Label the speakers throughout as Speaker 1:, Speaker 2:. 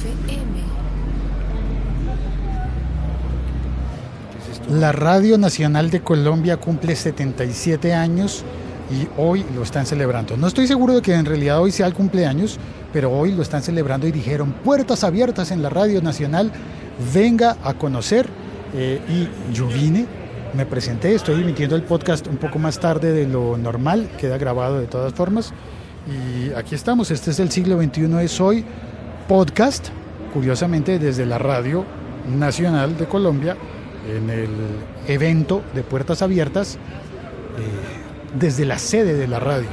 Speaker 1: FM.
Speaker 2: La Radio Nacional de Colombia cumple 77 años y hoy lo están celebrando. No estoy seguro de que en realidad hoy sea el cumpleaños, pero hoy lo están celebrando y dijeron puertas abiertas en la Radio Nacional, venga a conocer. Y yo vine, me presenté, estoy emitiendo el podcast un poco más tarde de lo normal, queda grabado de todas formas. Y aquí estamos, este es el siglo XXI, es hoy podcast, curiosamente desde la Radio Nacional de Colombia, en el evento de puertas abiertas, desde la sede de la radio.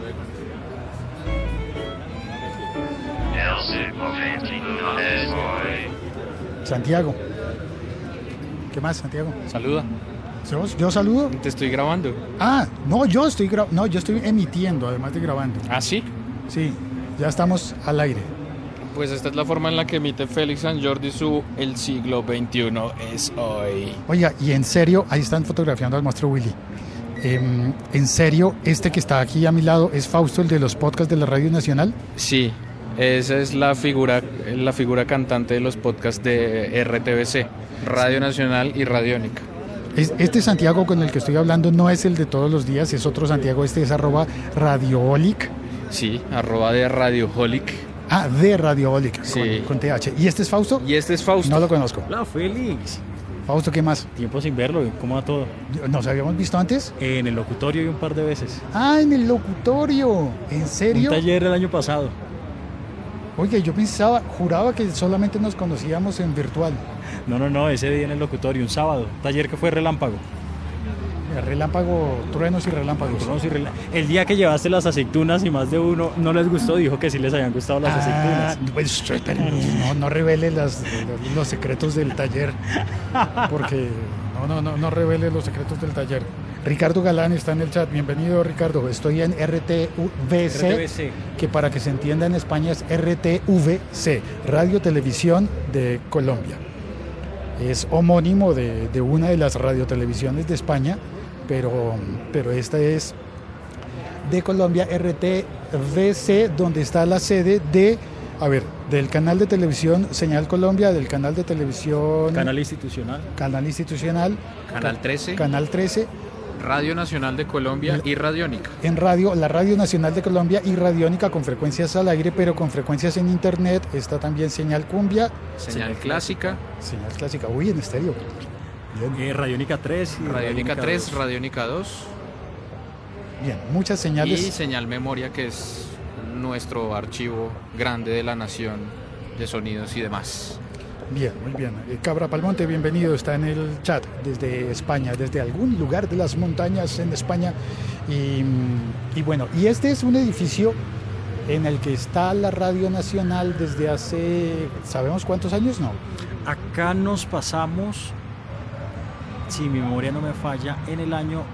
Speaker 2: Santiago. ¿Qué más, Santiago?
Speaker 3: Saluda.
Speaker 2: ¿Yo saludo?
Speaker 3: Te estoy grabando.
Speaker 2: Ah, no, yo estoy emitiendo, además de grabando.
Speaker 3: ¿Ah, sí?
Speaker 2: Sí, ya estamos al aire.
Speaker 3: Pues esta es la forma en la que emite Félix San Jordi su El siglo XXI es hoy.
Speaker 2: Oiga, y en serio, ahí están fotografiando al monstruo Willy. ¿En serio, este que está aquí a mi lado es Fausto, el de los podcasts de la Radio Nacional?
Speaker 3: Sí, esa es la figura cantante de los podcasts de RTBC, Radio Nacional y Radiónica.
Speaker 2: Este Santiago con el que estoy hablando no es el de todos los días, es otro Santiago, este es @radioholic.
Speaker 3: Sí, @de Radioholic.
Speaker 2: Ah, de Radioholic,
Speaker 3: sí.
Speaker 2: con TH. ¿Y este es Fausto?
Speaker 3: Y este es Fausto.
Speaker 2: No lo conozco.
Speaker 4: Hola, Félix.
Speaker 2: Fausto, ¿qué más?
Speaker 4: Tiempo sin verlo, ¿cómo va todo?
Speaker 2: ¿Nos habíamos visto antes?
Speaker 4: En el locutorio y un par de veces.
Speaker 2: Ah, en el locutorio. ¿En serio?
Speaker 4: Un taller el año pasado.
Speaker 2: Oye, yo juraba que solamente nos conocíamos en virtual.
Speaker 4: No, ese día en el locutorio, un sábado. Taller que fue relámpago.
Speaker 2: Relámpago, truenos y relámpagos.
Speaker 4: El día que llevaste las aceitunas y más de uno no les gustó, dijo que sí les habían gustado las aceitunas.
Speaker 2: Pues, no revele los secretos del taller, porque no revele los secretos del taller. Ricardo Galán está en el chat, bienvenido Ricardo, estoy en RTVC, que para que se entienda en España es RTVC, Radio Televisión de Colombia. Es homónimo de una de las radiotelevisiones de España, pero esta es de Colombia, RTVC, donde está la sede del canal de televisión Señal Colombia, del canal de televisión...
Speaker 4: Canal institucional.
Speaker 3: Canal 13.
Speaker 2: Canal 13.
Speaker 3: Radio Nacional de Colombia y Radiónica.
Speaker 2: La Radio Nacional de Colombia y Radiónica con frecuencias al aire, pero con frecuencias en internet. Está también Señal Cumbia.
Speaker 3: Señal Clásica.
Speaker 2: Señal Clásica, uy, en estéreo.
Speaker 4: Radiónica 3.
Speaker 3: Radiónica 3, Radiónica 2.
Speaker 2: Bien, muchas señales.
Speaker 3: Y Señal Memoria, que es nuestro archivo grande de la nación de sonidos y demás.
Speaker 2: Bien, muy bien. Cabra Palmonte, bienvenido, está en el chat desde España, desde algún lugar de las montañas en España. Y bueno, y este es un edificio en el que está la Radio Nacional desde hace, ¿sabemos cuántos años? No.
Speaker 4: Acá nos pasamos, si mi memoria no me falla, en el año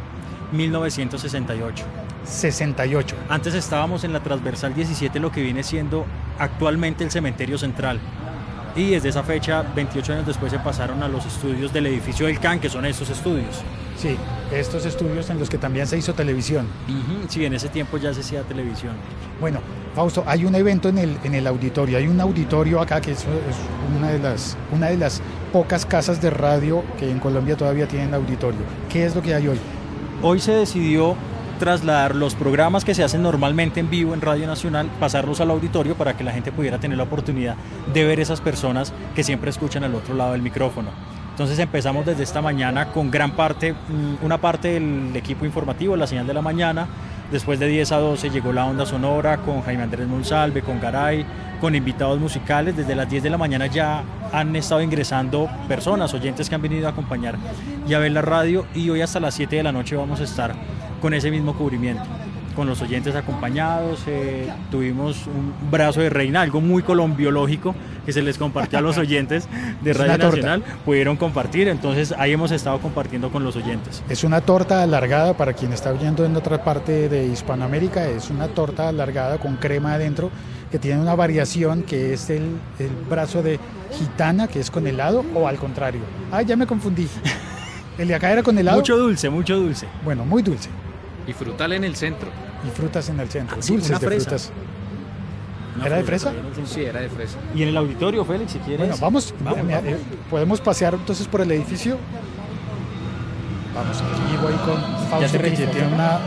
Speaker 4: 1968.
Speaker 2: 68.
Speaker 4: Antes estábamos en la transversal 17, lo que viene siendo actualmente el cementerio central. Y desde esa fecha, 28 años después, se pasaron a los estudios del edificio del CAN, que son estos estudios.
Speaker 2: Sí, estos estudios en los que también se hizo televisión.
Speaker 4: Sí, en ese tiempo ya se hacía televisión.
Speaker 2: Bueno, Fausto, hay un evento en el auditorio. Hay un auditorio acá que es una de las pocas casas de radio que en Colombia todavía tienen auditorio. ¿Qué es lo que hay hoy?
Speaker 4: Hoy se decidió trasladar los programas que se hacen normalmente en vivo en Radio Nacional, pasarlos al auditorio para que la gente pudiera tener la oportunidad de ver esas personas que siempre escuchan al otro lado del micrófono. Entonces empezamos desde esta mañana con una parte del equipo informativo, la señal de la mañana. Después de 10 a 12 llegó la onda sonora con Jaime Andrés Monsalve, con Garay, con invitados musicales. Desde las 10 de la mañana ya han estado ingresando personas, oyentes que han venido a acompañar y a ver la radio, y hoy hasta las 7 de la noche vamos a estar con ese mismo cubrimiento, con los oyentes acompañados. Tuvimos un brazo de reina, algo muy colombiológico, que se les compartió a los oyentes de Radio Nacional, pudieron compartir, entonces ahí hemos estado compartiendo con los oyentes.
Speaker 2: Es una torta alargada, para quien está oyendo en otra parte de Hispanoamérica, es una torta alargada con crema adentro, que tiene una variación que es el brazo de gitana, que es con helado, o al contrario. Ya me confundí. ¿El de acá era con helado?
Speaker 4: Mucho dulce.
Speaker 2: Bueno, muy dulce.
Speaker 3: Y frutal en el centro.
Speaker 2: Y frutas en el centro.
Speaker 4: Sí,
Speaker 2: dulces
Speaker 4: una
Speaker 2: de
Speaker 4: fresa.
Speaker 2: frutas. ¿Era de fresa?
Speaker 3: Sí, era de fresa.
Speaker 4: Y en el auditorio, Félix, si quieres.
Speaker 2: Bueno, vamos. Podemos pasear entonces por el edificio. Vamos, aquí voy con Fausto, que tiene una...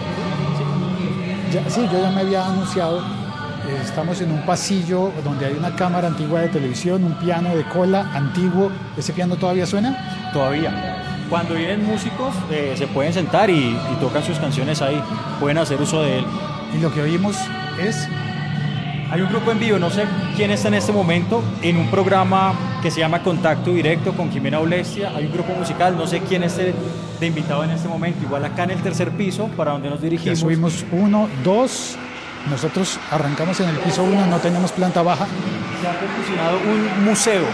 Speaker 2: Sí, yo ya me había anunciado. Estamos en un pasillo donde hay una cámara antigua de televisión, un piano de cola antiguo. ¿Ese piano todavía suena?
Speaker 4: Todavía. Cuando vienen músicos, se pueden sentar y tocan sus canciones ahí. Pueden hacer uso de él.
Speaker 2: Y lo que oímos es...
Speaker 4: Hay un grupo en vivo, no sé quién está en este momento, en un programa que se llama Contacto Directo con Jimena Olestia. Hay un grupo musical, no sé quién esté de invitado en este momento. Igual acá en el tercer piso, para donde nos dirigimos.
Speaker 2: Ya subimos 1, 2. Nosotros arrancamos en el piso 1, no tenemos planta baja.
Speaker 4: Se ha posicionado un museo.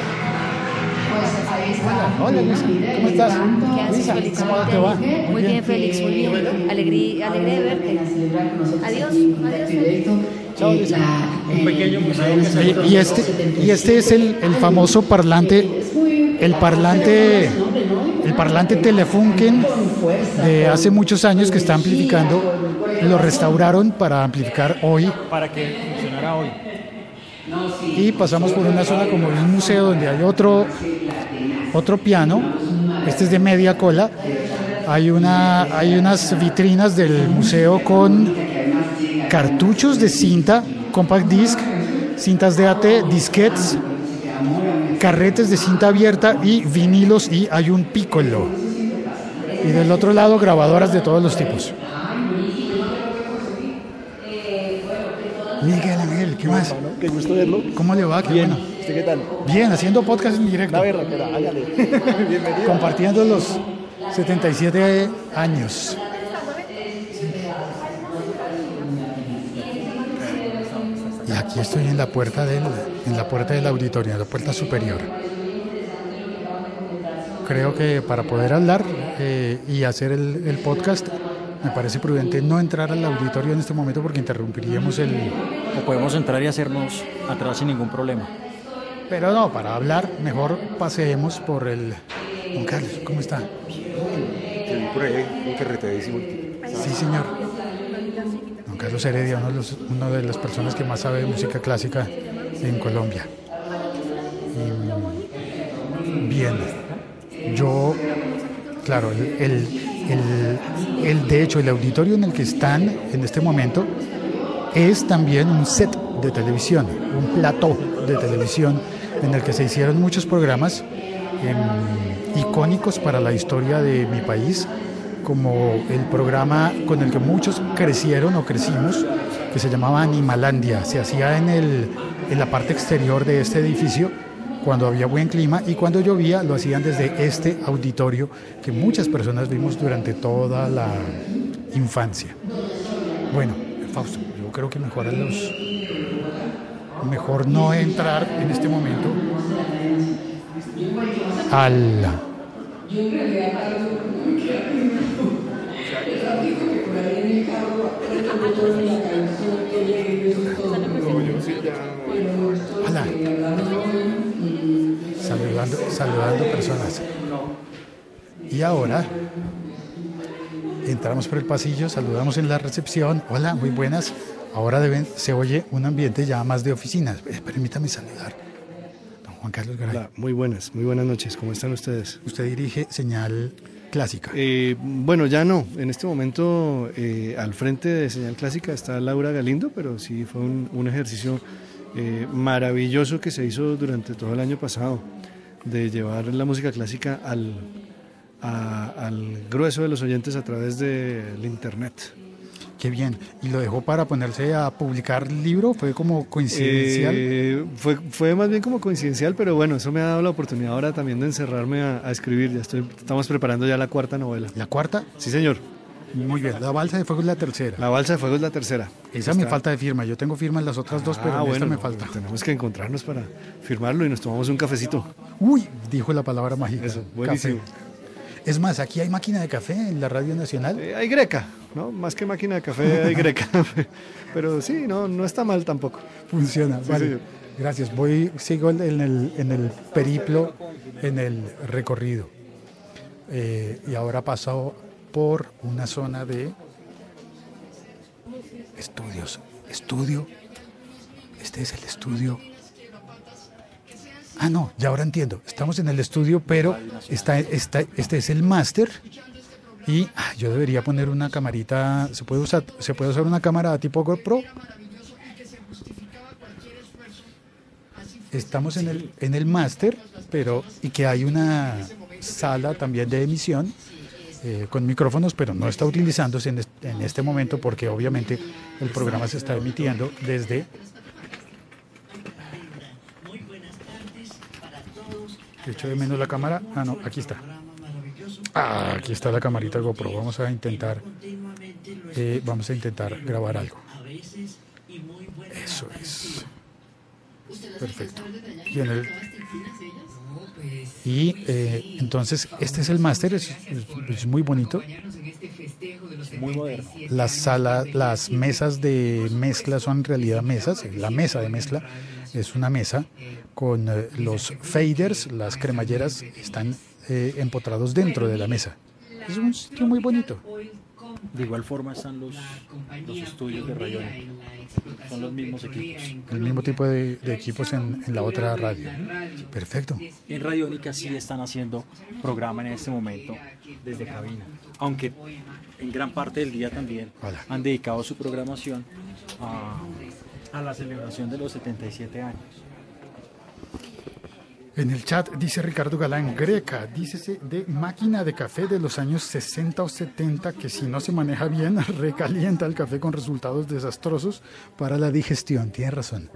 Speaker 2: Hola Luisa, ¿cómo estás?
Speaker 1: ¿Qué haces,
Speaker 2: Luisa,
Speaker 1: Félix?
Speaker 2: ¿cómo te va?
Speaker 1: Muy bien, Félix, muy bien. Alegre de verte. Adiós, Félix.
Speaker 2: Chao, Luisa.
Speaker 4: Un pequeño museo que se
Speaker 2: Y este es el famoso parlante, el parlante Telefunken de hace muchos años que está amplificando. Lo restauraron para amplificar hoy.
Speaker 4: para que funcionara hoy.
Speaker 2: Y pasamos por una zona como un museo donde hay otro piano. Este es de media cola. Hay unas vitrinas del museo con cartuchos de cinta, compact disc, cintas de AT, disquetes, carretes de cinta abierta y vinilos, y hay un piccolo. Y del otro lado grabadoras de todos los tipos. Miguel Ángel, ¿qué más?
Speaker 5: Qué gusto verlo.
Speaker 2: ¿Cómo le va? Qué
Speaker 5: Bien.
Speaker 2: bueno.
Speaker 5: ¿Usted qué tal?
Speaker 2: Bien, haciendo podcast en directo.
Speaker 5: La verdad, hágale. Bienvenido.
Speaker 2: Compartiendo los 77 años. Y aquí estoy en la puerta del auditorio, en la puerta superior. Creo que para poder hablar y hacer el podcast, me parece prudente no entrar al auditorio en este momento porque interrumpiríamos el...
Speaker 4: O podemos entrar y hacernos atrás sin ningún problema.
Speaker 2: Pero no, para hablar, mejor paseemos por el... Don Carlos, ¿cómo está?
Speaker 5: Te vi por ahí, un carretadísimo.
Speaker 2: Sí, señor. Don Carlos Heredia, una de las personas que más sabe de música clásica en Colombia. Bien, yo, claro, de hecho, el auditorio en el que están en este momento es también un set de televisión, un plató de televisión en el que se hicieron muchos programas icónicos para la historia de mi país, como el programa con el que muchos crecieron o crecimos, que se llamaba Animalandia. Se hacía en la parte exterior de este edificio cuando había buen clima, y cuando llovía lo hacían desde este auditorio que muchas personas vimos durante toda la infancia. Bueno, Fausto, yo creo que mejor no entrar en este momento al... Hola. Saludando personas. Y ahora entramos por el pasillo, saludamos en la recepción. Hola, muy buenas. Ahora se oye un ambiente ya más de oficinas. Permítame saludar. Don Juan Carlos Garay.
Speaker 5: Hola, muy buenas noches. ¿Cómo están ustedes?
Speaker 2: Usted dirige Señal Clásica.
Speaker 5: Bueno, ya no. En este momento al frente de Señal Clásica está Laura Galindo, pero sí fue un ejercicio maravilloso que se hizo durante todo el año pasado, de llevar la música clásica al grueso de los oyentes a través del internet.
Speaker 2: Qué bien. ¿Y lo dejó para ponerse a publicar el libro? ¿Fue como coincidencial?
Speaker 5: Fue más bien como coincidencial, pero bueno, eso me ha dado la oportunidad ahora también de encerrarme a escribir. Estamos preparando ya la cuarta novela.
Speaker 2: ¿La cuarta?
Speaker 5: Sí, señor.
Speaker 2: Muy bien. La Balsa de Fuego es la tercera.
Speaker 5: La Balsa de Fuego es la tercera.
Speaker 2: Esa me falta de firma. Yo tengo firma en las otras dos, pero en esta me falta.
Speaker 5: Tenemos que encontrarnos para firmarlo y nos tomamos un cafecito.
Speaker 2: Uy, dijo la palabra mágica.
Speaker 5: Eso, buenísimo.
Speaker 2: Café. Es más, aquí hay máquina de café en la Radio Nacional.
Speaker 5: Hay greca, ¿no? Más que máquina de café hay greca. Pero sí, no está mal tampoco.
Speaker 2: Funciona,
Speaker 5: Sí,
Speaker 2: vale.
Speaker 5: señor.
Speaker 2: Gracias. Sigo en el periplo, en el recorrido. Y ahora paso por una zona de estudio Este es el estudio. Ah, no, ya ahora entiendo. Estamos en el estudio, pero este es el máster. Y yo debería poner una camarita. ¿Se puede usar una cámara tipo GoPro? Estamos en el máster, y que hay una sala también de emisión con micrófonos, pero no está utilizándose en este momento porque obviamente el programa se está emitiendo desde... Echo de menos la cámara. Ah, no, aquí está. Aquí está la camarita GoPro. Vamos a intentar grabar algo. Eso es. Perfecto. Entonces, este es el máster, es muy bonito.
Speaker 4: Muy moderno.
Speaker 2: Las mesas de mezcla son en realidad mesas. La mesa de mezcla es una mesa con los faders, las cremalleras están empotrados dentro de la mesa. Es un sitio muy bonito.
Speaker 4: De igual forma están los estudios de Radiónica. Son los mismos equipos.
Speaker 2: El mismo tipo de equipos en la otra radio. Perfecto.
Speaker 4: En Radiónica sí están haciendo programa en este momento desde cabina. Aunque en gran parte del día también han dedicado su programación a la celebración de los 77 años.
Speaker 2: En el chat dice Ricardo Galán, Greca, dícese de máquina de café de los años 60 o 70 que si no se maneja bien recalienta el café con resultados desastrosos para la digestión. Tiene razón.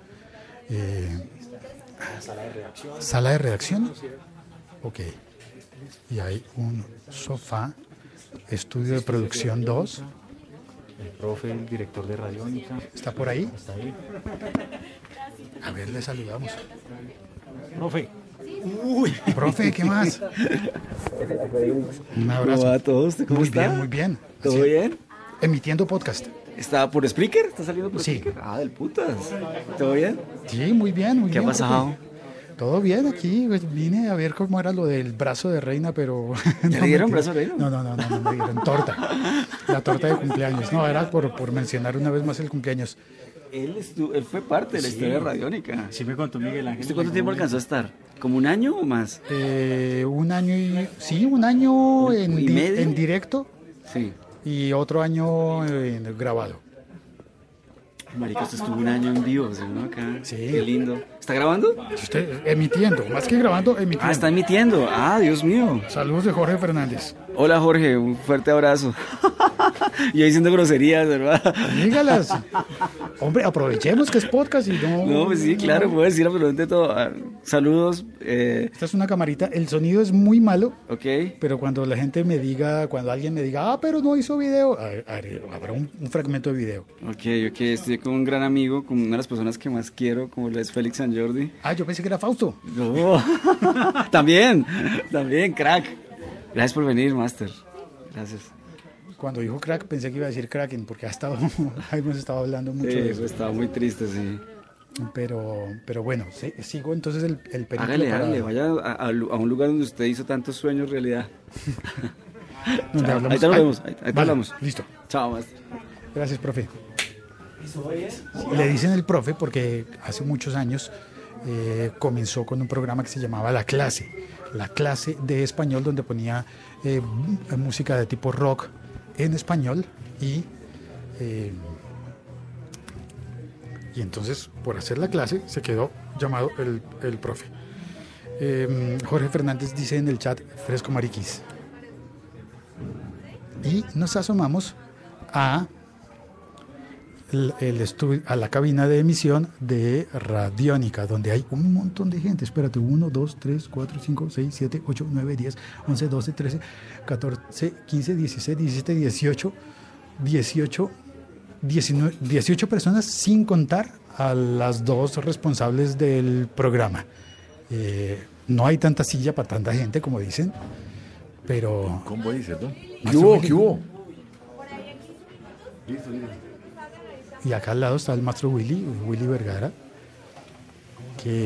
Speaker 2: ¿Sala de redacción? Ok. Y hay un sofá, estudio de producción 2.
Speaker 4: El profe, el director de Radiónica.
Speaker 2: ¿Está por ahí?
Speaker 4: Está ahí.
Speaker 2: A ver, le saludamos.
Speaker 4: Profe.
Speaker 2: Profe, ¿qué más? Un abrazo.
Speaker 6: ¿Cómo va a todos? ¿Cómo
Speaker 2: muy
Speaker 6: está?
Speaker 2: Bien, muy bien.
Speaker 6: ¿Todo bien?
Speaker 2: Emitiendo podcast.
Speaker 6: ¿Está por Spreaker? ¿Está saliendo por
Speaker 2: Sí.
Speaker 6: Spreaker? Ah, del putas. ¿Todo bien?
Speaker 2: Sí, muy bien, muy
Speaker 6: ¿Qué
Speaker 2: bien.
Speaker 6: ha pasado?
Speaker 2: Todo bien aquí, pues vine a ver cómo era lo del brazo de reina, pero...
Speaker 6: ¿Ya le dieron brazo de reina?
Speaker 2: No, me dieron torta. La torta de cumpleaños. No, era por mencionar una vez más el cumpleaños.
Speaker 6: Él fue parte de la historia de Radiónica.
Speaker 4: Sí me contó Miguel Ángel.
Speaker 6: ¿Usted cuánto tiempo alcanzó a estar? ¿Como un año o más?
Speaker 2: Un año un año
Speaker 6: ¿Y medio?
Speaker 2: en directo
Speaker 6: Sí.
Speaker 2: y otro año grabado.
Speaker 6: Marica, usted estuvo un año en vivo, ¿no? Acá.
Speaker 2: Sí.
Speaker 6: Qué lindo. ¿Está grabando?
Speaker 2: Usted emitiendo, más que grabando, emitiendo.
Speaker 6: Ah, está emitiendo. Ah, Dios mío.
Speaker 2: Saludos de Jorge Fernández.
Speaker 6: Hola, Jorge. Un fuerte abrazo. Y ahí diciendo groserías, ¿verdad?
Speaker 2: Dígalas. Hombre, aprovechemos que es podcast y no...
Speaker 6: No, pues sí, claro, puedo decir absolutamente todo. Ah, saludos.
Speaker 2: Esta es una camarita, el sonido es muy malo,
Speaker 6: Ok.
Speaker 2: pero cuando alguien me diga, pero no hizo video, habrá un fragmento de video.
Speaker 6: Ok, estoy con un gran amigo, con una de las personas que más quiero, como lo es Félix San Jordi.
Speaker 2: Yo pensé que era Fausto.
Speaker 6: No. también, crack. Gracias por venir, Master. Gracias.
Speaker 2: Cuando dijo crack pensé que iba a decir Kraken, porque hemos estado hablando mucho de eso.
Speaker 6: Estaba muy triste, sí.
Speaker 2: Pero bueno, sigo entonces el periplo.
Speaker 6: Hágale, vaya a un lugar donde usted hizo tantos sueños realidad.
Speaker 2: Donde hablamos.
Speaker 6: Ahí te lo vemos, ahí te
Speaker 2: Vale,
Speaker 6: hablamos.
Speaker 2: Listo.
Speaker 6: Chao, Master.
Speaker 2: Gracias, profe. Le dicen el profe porque hace muchos años comenzó con un programa que se llamaba La Clase de español, donde ponía música de tipo rock en español y entonces por hacer la clase se quedó llamado el profe. Jorge Fernández dice en el chat fresco mariquis, y nos asomamos a a la cabina de emisión de Radiónica, donde hay un montón de gente. Espérate, 1, 2, 3, 4, 5, 6, 7, 8, 9, 10, 11, 12, 13, 14, 15, 16, 17, 18 personas, sin contar a las dos responsables del programa. No hay tanta silla para tanta gente, como dicen, pero...
Speaker 7: ¿Cómo dices, no?
Speaker 2: ¿Qué hubo?
Speaker 7: ¿Qué hubo? Listo.
Speaker 2: Y acá al lado está el maestro Willy Vergara, que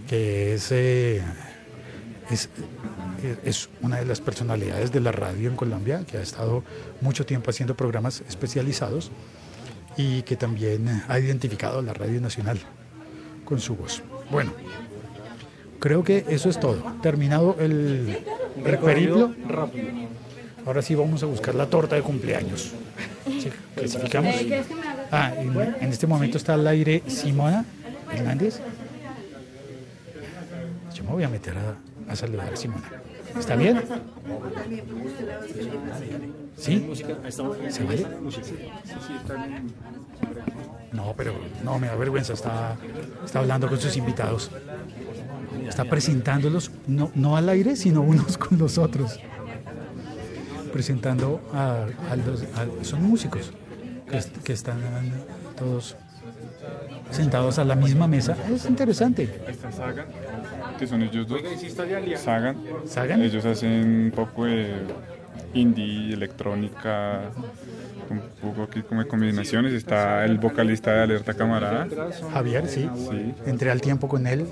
Speaker 2: es una de las personalidades de la radio en Colombia, que ha estado mucho tiempo haciendo programas especializados y que también ha identificado la Radio Nacional. con su voz. Bueno, creo que eso es todo. Terminado el periplo. Ahora sí vamos a buscar la torta de cumpleaños. ¿Sí? ¿Clasificamos? En este momento está al aire Simona Hernández. Yo me voy a meter a saludar a Simona. ¿Está bien? ¿Sí? ¿Se vale? No, pero no, me da vergüenza. Está hablando con sus invitados. Está presentándolos, no al aire, sino unos con los otros. Presentando son músicos que están todos sentados a la misma mesa. Es interesante.
Speaker 7: Está Sagan, que son ellos dos.
Speaker 2: ¿Sagan?
Speaker 7: Ellos hacen un poco de indie, electrónica, un poco aquí como de combinaciones. Está el vocalista de Alerta Camarada.
Speaker 2: Javier, sí. Entré al tiempo con él.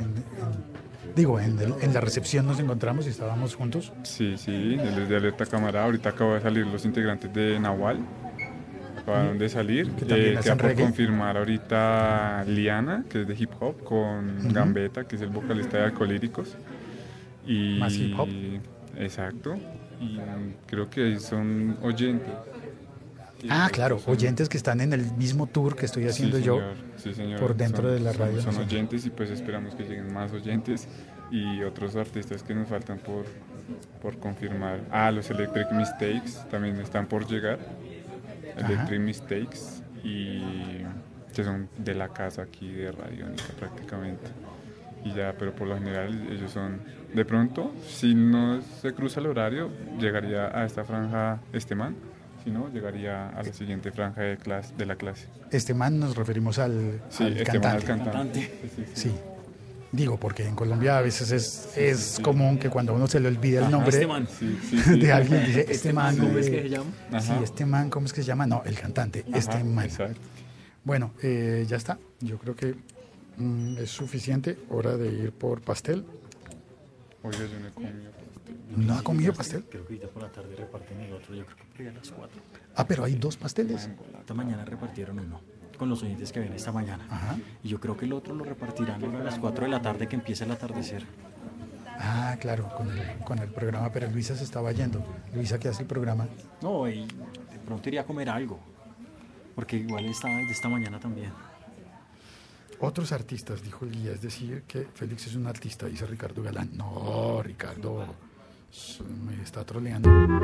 Speaker 2: En la recepción nos encontramos y estábamos juntos.
Speaker 7: Sí, él es de Alerta Camarada. Ahorita acabo de salir los integrantes de Nahual. Acaban de salir. Queda por confirmar ahorita Liana, que es de hip hop, con Gambetta, que es el vocalista de Alcolíricos.
Speaker 2: Más hip hop.
Speaker 7: Exacto. Y creo que son oyentes.
Speaker 2: Claro, oyentes que están en el mismo tour que estoy haciendo
Speaker 7: sí, señor.
Speaker 2: Por dentro de la radio.
Speaker 7: Son oyentes y pues esperamos que lleguen más oyentes y otros artistas que nos faltan por confirmar. Los Electric Mistakes también están por llegar. Electric Mistakes, y que son de la casa aquí de Radiónica prácticamente. Y ya, pero por lo general ellos son, de pronto, si no se cruza el horario, llegaría a esta franja este man. Si no, llegaría a la siguiente franja de la clase.
Speaker 2: Este man nos referimos al cantante. Sí. Digo, porque en Colombia a veces es común que cuando uno se le olvida el nombre de alguien, dice, este man,
Speaker 4: ¿cómo es que se llama?
Speaker 2: Sí, este man, ¿cómo es que se llama? No, el cantante, este man.
Speaker 7: Exacto.
Speaker 2: Bueno, ya está. Yo creo que es suficiente. Hora de ir por pastel.
Speaker 7: Oiga, yo no he comido pastel.
Speaker 2: ¿No ha comido pastel?
Speaker 4: Creo que ahorita por la tarde reparten el otro, yo creo que por ahí a las 4.
Speaker 2: Pero hay 2 pasteles.
Speaker 4: Esta mañana repartieron uno, con los oyentes que ven esta mañana. Y yo creo que el otro lo repartirán a las 4 de la tarde que empieza el atardecer.
Speaker 2: Claro, con el programa, pero Luisa se estaba yendo. Luisa, ¿qué hace el programa?
Speaker 4: No, y de pronto iría a comer algo, porque igual estaba desde esta mañana también.
Speaker 2: Otros artistas, dijo el guía, es decir, que Félix es un artista, dice Ricardo Galán. No, Ricardo, me está troleando.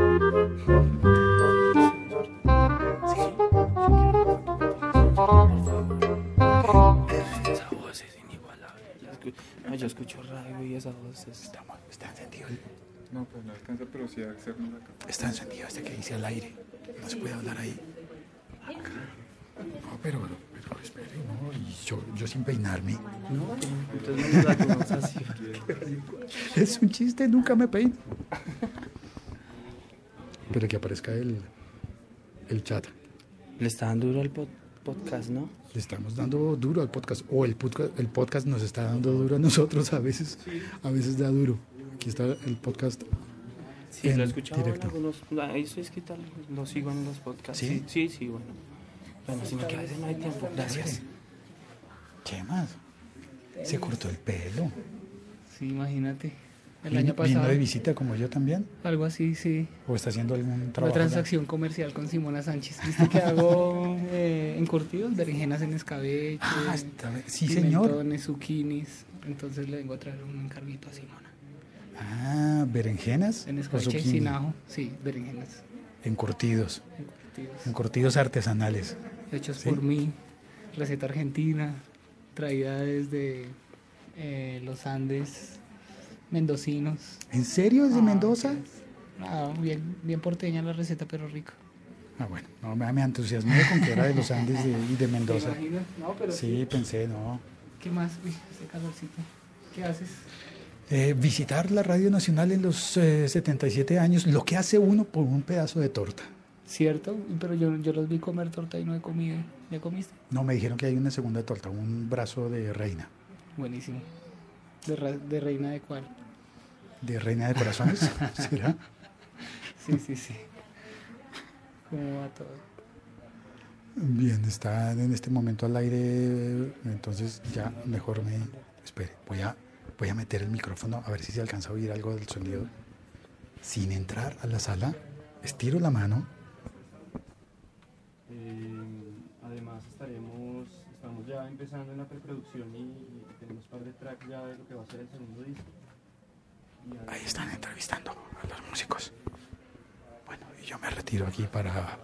Speaker 6: Esa voz es inigualable. Yo escucho radio y esa voz
Speaker 2: Está encendido.
Speaker 7: No, pues no alcanza, pero sí a hacernos acá.
Speaker 2: Está encendido este que dice al aire. No se puede hablar ahí. No, pero espere, no. Y yo sin peinarme.
Speaker 6: No, entonces no la tomamos así.
Speaker 2: Es un chiste, nunca me peino. Pero que aparezca el chat.
Speaker 6: Le está dando duro al podcast, ¿no?
Speaker 2: Le estamos dando duro al podcast. O el podcast nos está dando duro a nosotros a veces. A veces da duro. Aquí está el podcast.
Speaker 6: Sí, lo he escuchado
Speaker 2: directo.
Speaker 6: en algunos. Ahí estoy escrito, lo sigo en los podcasts.
Speaker 2: ¿Sí?
Speaker 6: Sí, bueno. Bueno, sino que a veces no hay tiempo. Gracias.
Speaker 2: ¿Qué más? Se cortó el pelo.
Speaker 8: Sí, imagínate. El
Speaker 2: ¿Vino
Speaker 8: año pasado.
Speaker 2: de visita como yo también?
Speaker 8: Algo así, sí.
Speaker 2: ¿O está haciendo algún
Speaker 8: Una
Speaker 2: trabajo?
Speaker 8: transacción comercial con Simona Sánchez. ¿Viste que hago encurtidos? Berenjenas en escabeche.
Speaker 2: Sí, señor.
Speaker 8: Pimentones, zucchinis. Entonces le vengo a traer un encarguito a Simona.
Speaker 2: ¿Berenjenas?
Speaker 8: En
Speaker 2: o
Speaker 8: escabeche
Speaker 2: zucchini?
Speaker 8: sin ajo. Sí, berenjenas.
Speaker 2: Encurtidos. Encurtidos artesanales.
Speaker 8: Hechos
Speaker 2: ¿Sí?
Speaker 8: por mí. Receta argentina. Traída desde los Andes mendocinos.
Speaker 2: ¿En serio es de Mendoza?
Speaker 8: Bien porteña la receta, pero rico.
Speaker 2: Bueno, no, me entusiasmé con que era de los Andes y de Mendoza.
Speaker 8: ¿Te imaginas? No, pero
Speaker 2: Sí, pensé, no.
Speaker 8: ¿Qué más? Uy, este calorcito. ¿Qué haces?
Speaker 2: Visitar la Radio Nacional en los 77 años, lo que hace uno por un pedazo de torta.
Speaker 8: ¿Cierto? Pero yo los vi comer torta y no he comido. ¿Ya comiste?
Speaker 2: No, me dijeron que hay una segunda torta, un brazo de reina.
Speaker 8: Buenísimo. ¿De reina de cuál?
Speaker 2: ¿De reina de corazones? ¿Será?
Speaker 8: Sí. ¿Cómo va todo?
Speaker 2: Bien, está en este momento al aire, entonces ya mejor espere, voy a meter el micrófono a ver si se alcanza a oír algo del sonido. Sin entrar a la sala, estiro la mano.
Speaker 9: Además estamos ya empezando en la preproducción y tenemos un par de tracks ya de lo que va a ser el segundo disco.
Speaker 2: Ahí están entrevistando a los músicos. Bueno, y yo me retiro aquí para...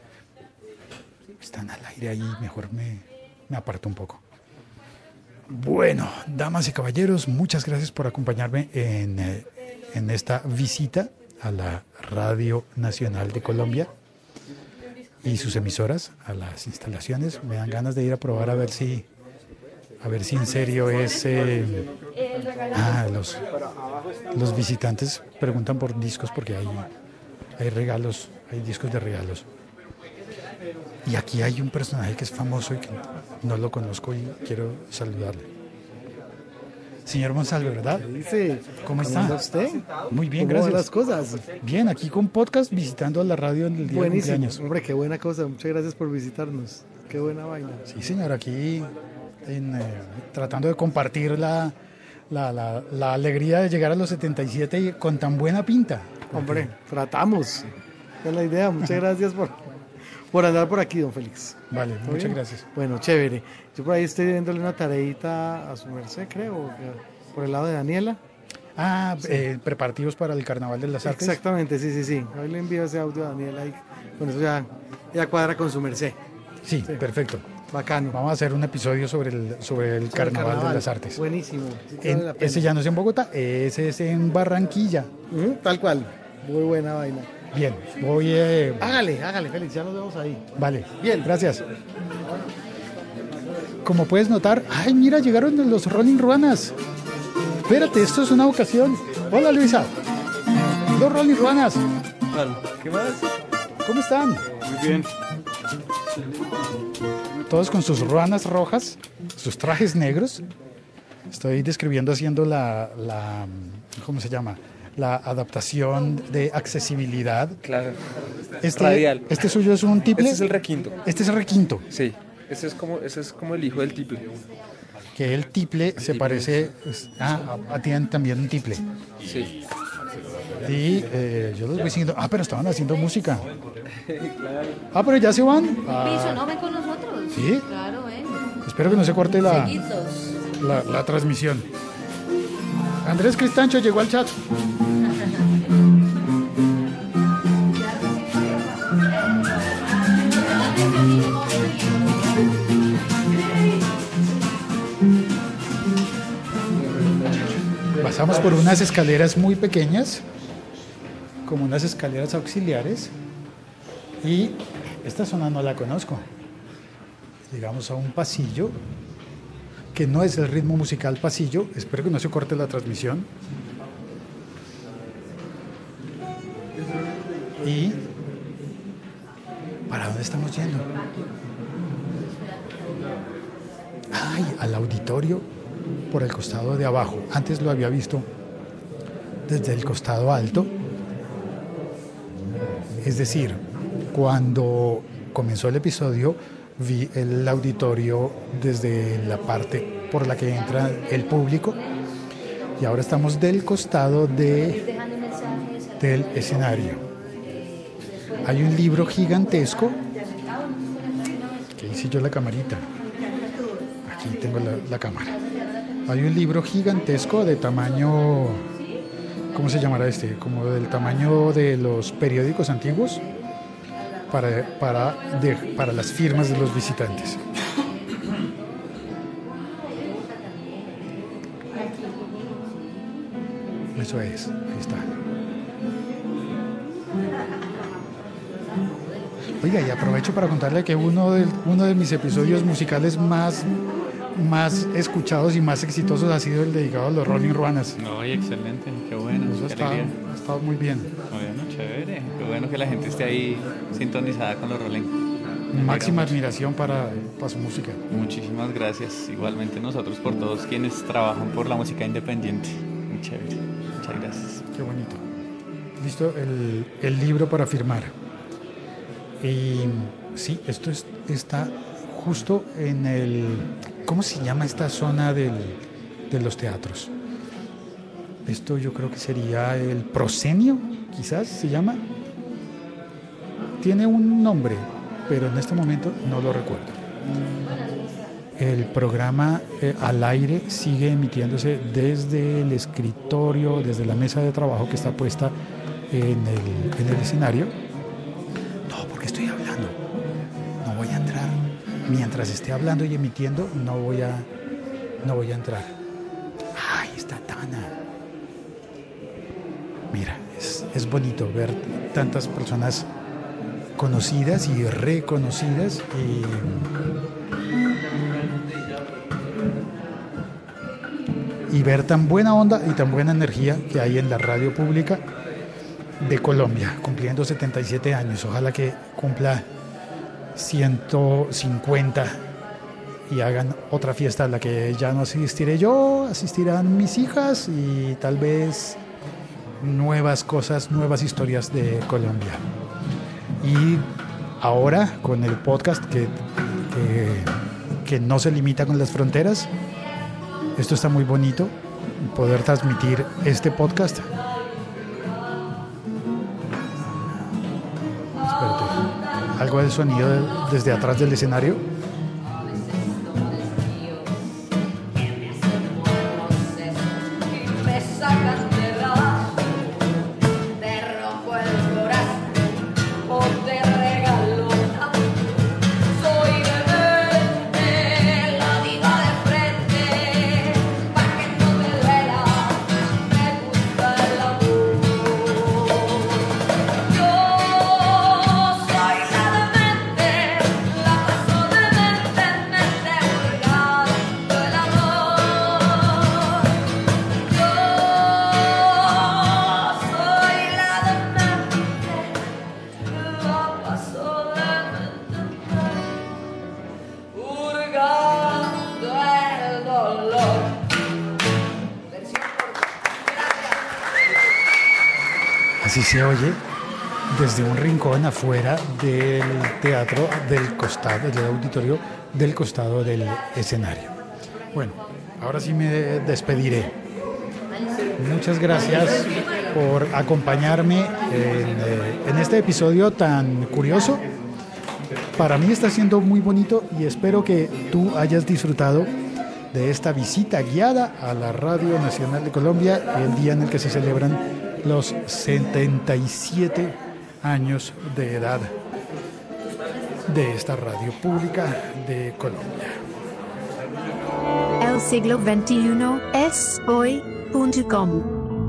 Speaker 2: Están al aire ahí, mejor me aparto un poco. Bueno, damas y caballeros, muchas gracias por acompañarme en esta visita a la Radio Nacional de Colombia y sus emisoras, a las instalaciones. Me dan ganas de ir a probar a ver si en serio es... los visitantes preguntan por discos porque hay regalos, hay discos de regalos. Y aquí hay un personaje que es famoso y que no lo conozco y quiero saludarle. Señor Monsalve, ¿verdad?
Speaker 5: ¿Qué dice?
Speaker 2: ¿Cómo está?
Speaker 5: ¿Cómo anda usted?
Speaker 2: Muy bien,
Speaker 5: ¿Cómo van
Speaker 2: gracias.
Speaker 5: las cosas?
Speaker 2: Bien, aquí con podcast visitando a la radio en el día
Speaker 5: Buenísimo.
Speaker 2: de cumpleaños.
Speaker 5: Hombre, qué buena cosa. Muchas gracias por visitarnos. Qué buena vaina.
Speaker 2: Sí, señor, aquí tratando de compartir la alegría de llegar a los 77 y con tan buena pinta.
Speaker 5: Hombre, tratamos. Esa es la idea. Muchas gracias por andar por aquí, don Félix.
Speaker 2: Vale,
Speaker 5: ¿Todo
Speaker 2: muchas
Speaker 5: bien?
Speaker 2: gracias.
Speaker 5: Bueno, chévere. Yo por ahí estoy viéndole una tareita a su merced, creo, por el lado de Daniela.
Speaker 2: Sí. Preparativos para el Carnaval de las Artes.
Speaker 5: Exactamente, sí. Hoy le envío ese audio a Daniela y con eso ya cuadra con su merced.
Speaker 2: Sí, perfecto.
Speaker 5: Bacano.
Speaker 2: Vamos a hacer un episodio sobre el Carnaval de las Artes.
Speaker 5: Buenísimo. Sí, vale la pena.
Speaker 2: Ese ya no es en Bogotá, ese es en Barranquilla.
Speaker 5: Tal cual. Muy buena vaina.
Speaker 2: Bien, voy...
Speaker 5: Hágale, Félix, ya nos vemos ahí.
Speaker 2: Vale,
Speaker 5: Bien.
Speaker 2: Gracias. Como puedes notar, ¡ay, mira, llegaron los Rolling Ruanas! Espérate, esto es una ocasión. Hola, Luisa. Los Rolling Ruanas.
Speaker 9: ¿Qué más?
Speaker 2: ¿Cómo están?
Speaker 9: Muy bien.
Speaker 2: Todos con sus ruanas rojas, sus trajes negros. Estoy describiendo haciendo ¿cómo se llama? La adaptación de accesibilidad.
Speaker 3: Claro.
Speaker 2: Radial. Este suyo es un tiple.
Speaker 3: Este es el requinto.
Speaker 2: Este es el requinto.
Speaker 3: Sí. Ese es como el hijo del tiple.
Speaker 2: Que el tiple se parece... tienen también un tiple.
Speaker 3: Sí.
Speaker 2: Y yo los voy siguiendo. Pero estaban haciendo música. Pero ya se van.
Speaker 1: Piso, no ven con nosotros.
Speaker 2: ¿Sí?
Speaker 1: Claro, ven.
Speaker 2: Espero que no se corte la
Speaker 1: Seguidlos.
Speaker 2: transmisión. Andrés Cristancho llegó al chat. Pasamos por unas escaleras muy pequeñas, como unas escaleras auxiliares, y esta zona no la conozco. Llegamos a un pasillo que no es el ritmo musical pasillo. Espero que no se corte la transmisión. ¿Y para dónde estamos yendo? Al auditorio por el costado de abajo. Antes lo había visto desde el costado alto. Es decir, cuando comenzó el episodio vi el auditorio desde la parte por la que entra el público y ahora estamos del costado del escenario. Hay un libro gigantesco que hice yo la camarita. Aquí tengo la cámara. Hay un libro gigantesco de tamaño, ¿cómo se llamará este? Como del tamaño de los periódicos antiguos para las firmas de los visitantes. Eso es, ahí está. Oiga, y aprovecho para contarle que uno de mis episodios musicales más escuchados y más exitosos ha sido el dedicado a los Rolling Ruanas.
Speaker 3: No, y excelente, qué bueno.
Speaker 2: Eso ha estado muy bien.
Speaker 3: Bueno, chévere. Qué bueno que la gente esté ahí sintonizada con los Rolling.
Speaker 2: Máxima admiración para su música.
Speaker 3: Muchísimas gracias. Igualmente nosotros por todos quienes trabajan por la música independiente. Muy chévere. Muchas gracias.
Speaker 2: Qué bonito. Listo el libro para firmar. Y sí, esto está justo en el... ¿Cómo se llama esta zona de los teatros? Esto yo creo que sería el Proscenio, quizás se llama. Tiene un nombre, pero en este momento no lo recuerdo. El programa al aire sigue emitiéndose desde el escritorio, desde la mesa de trabajo que está puesta en el escenario. No, porque estoy hablando. No voy a entrar. Mientras esté hablando y emitiendo, no voy a entrar. ¡Ay, está Tana! Mira, es bonito ver tantas personas conocidas y reconocidas y ver tan buena onda y tan buena energía que hay en la radio pública de Colombia, cumpliendo 77 años. Ojalá que cumpla 150 y hagan otra fiesta a la que ya no asistiré yo, asistirán mis hijas y tal vez nuevas cosas, nuevas historias de Colombia. Y ahora con el podcast que no se limita con las fronteras, esto está muy bonito, poder transmitir este podcast. Espérate, algo del sonido desde atrás del escenario. Así se oye desde un rincón afuera del teatro, del auditorio, del costado del escenario. Bueno, ahora sí me despediré. Muchas gracias por acompañarme en este episodio tan curioso. Para mí está siendo muy bonito y espero que tú hayas disfrutado de esta visita guiada a la Radio Nacional de Colombia el día en el que se celebran los 77 años de edad de esta radio pública de Colombia.
Speaker 10: El siglo XXI es hoy.com.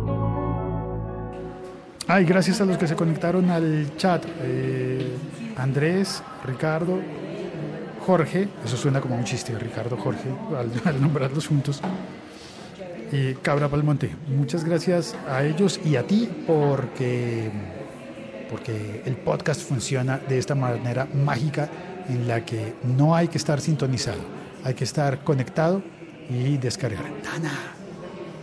Speaker 2: Ay, gracias a los que se conectaron al chat. Andrés, Ricardo, Jorge, eso suena como un chiste, Ricardo, Jorge, al nombrarlos juntos. Y Cabra Palmonte, muchas gracias a ellos y a ti porque el podcast funciona de esta manera mágica en la que no hay que estar sintonizado, hay que estar conectado y descargar. ¡Tana!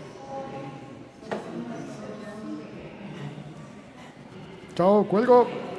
Speaker 2: Chao, cuelgo.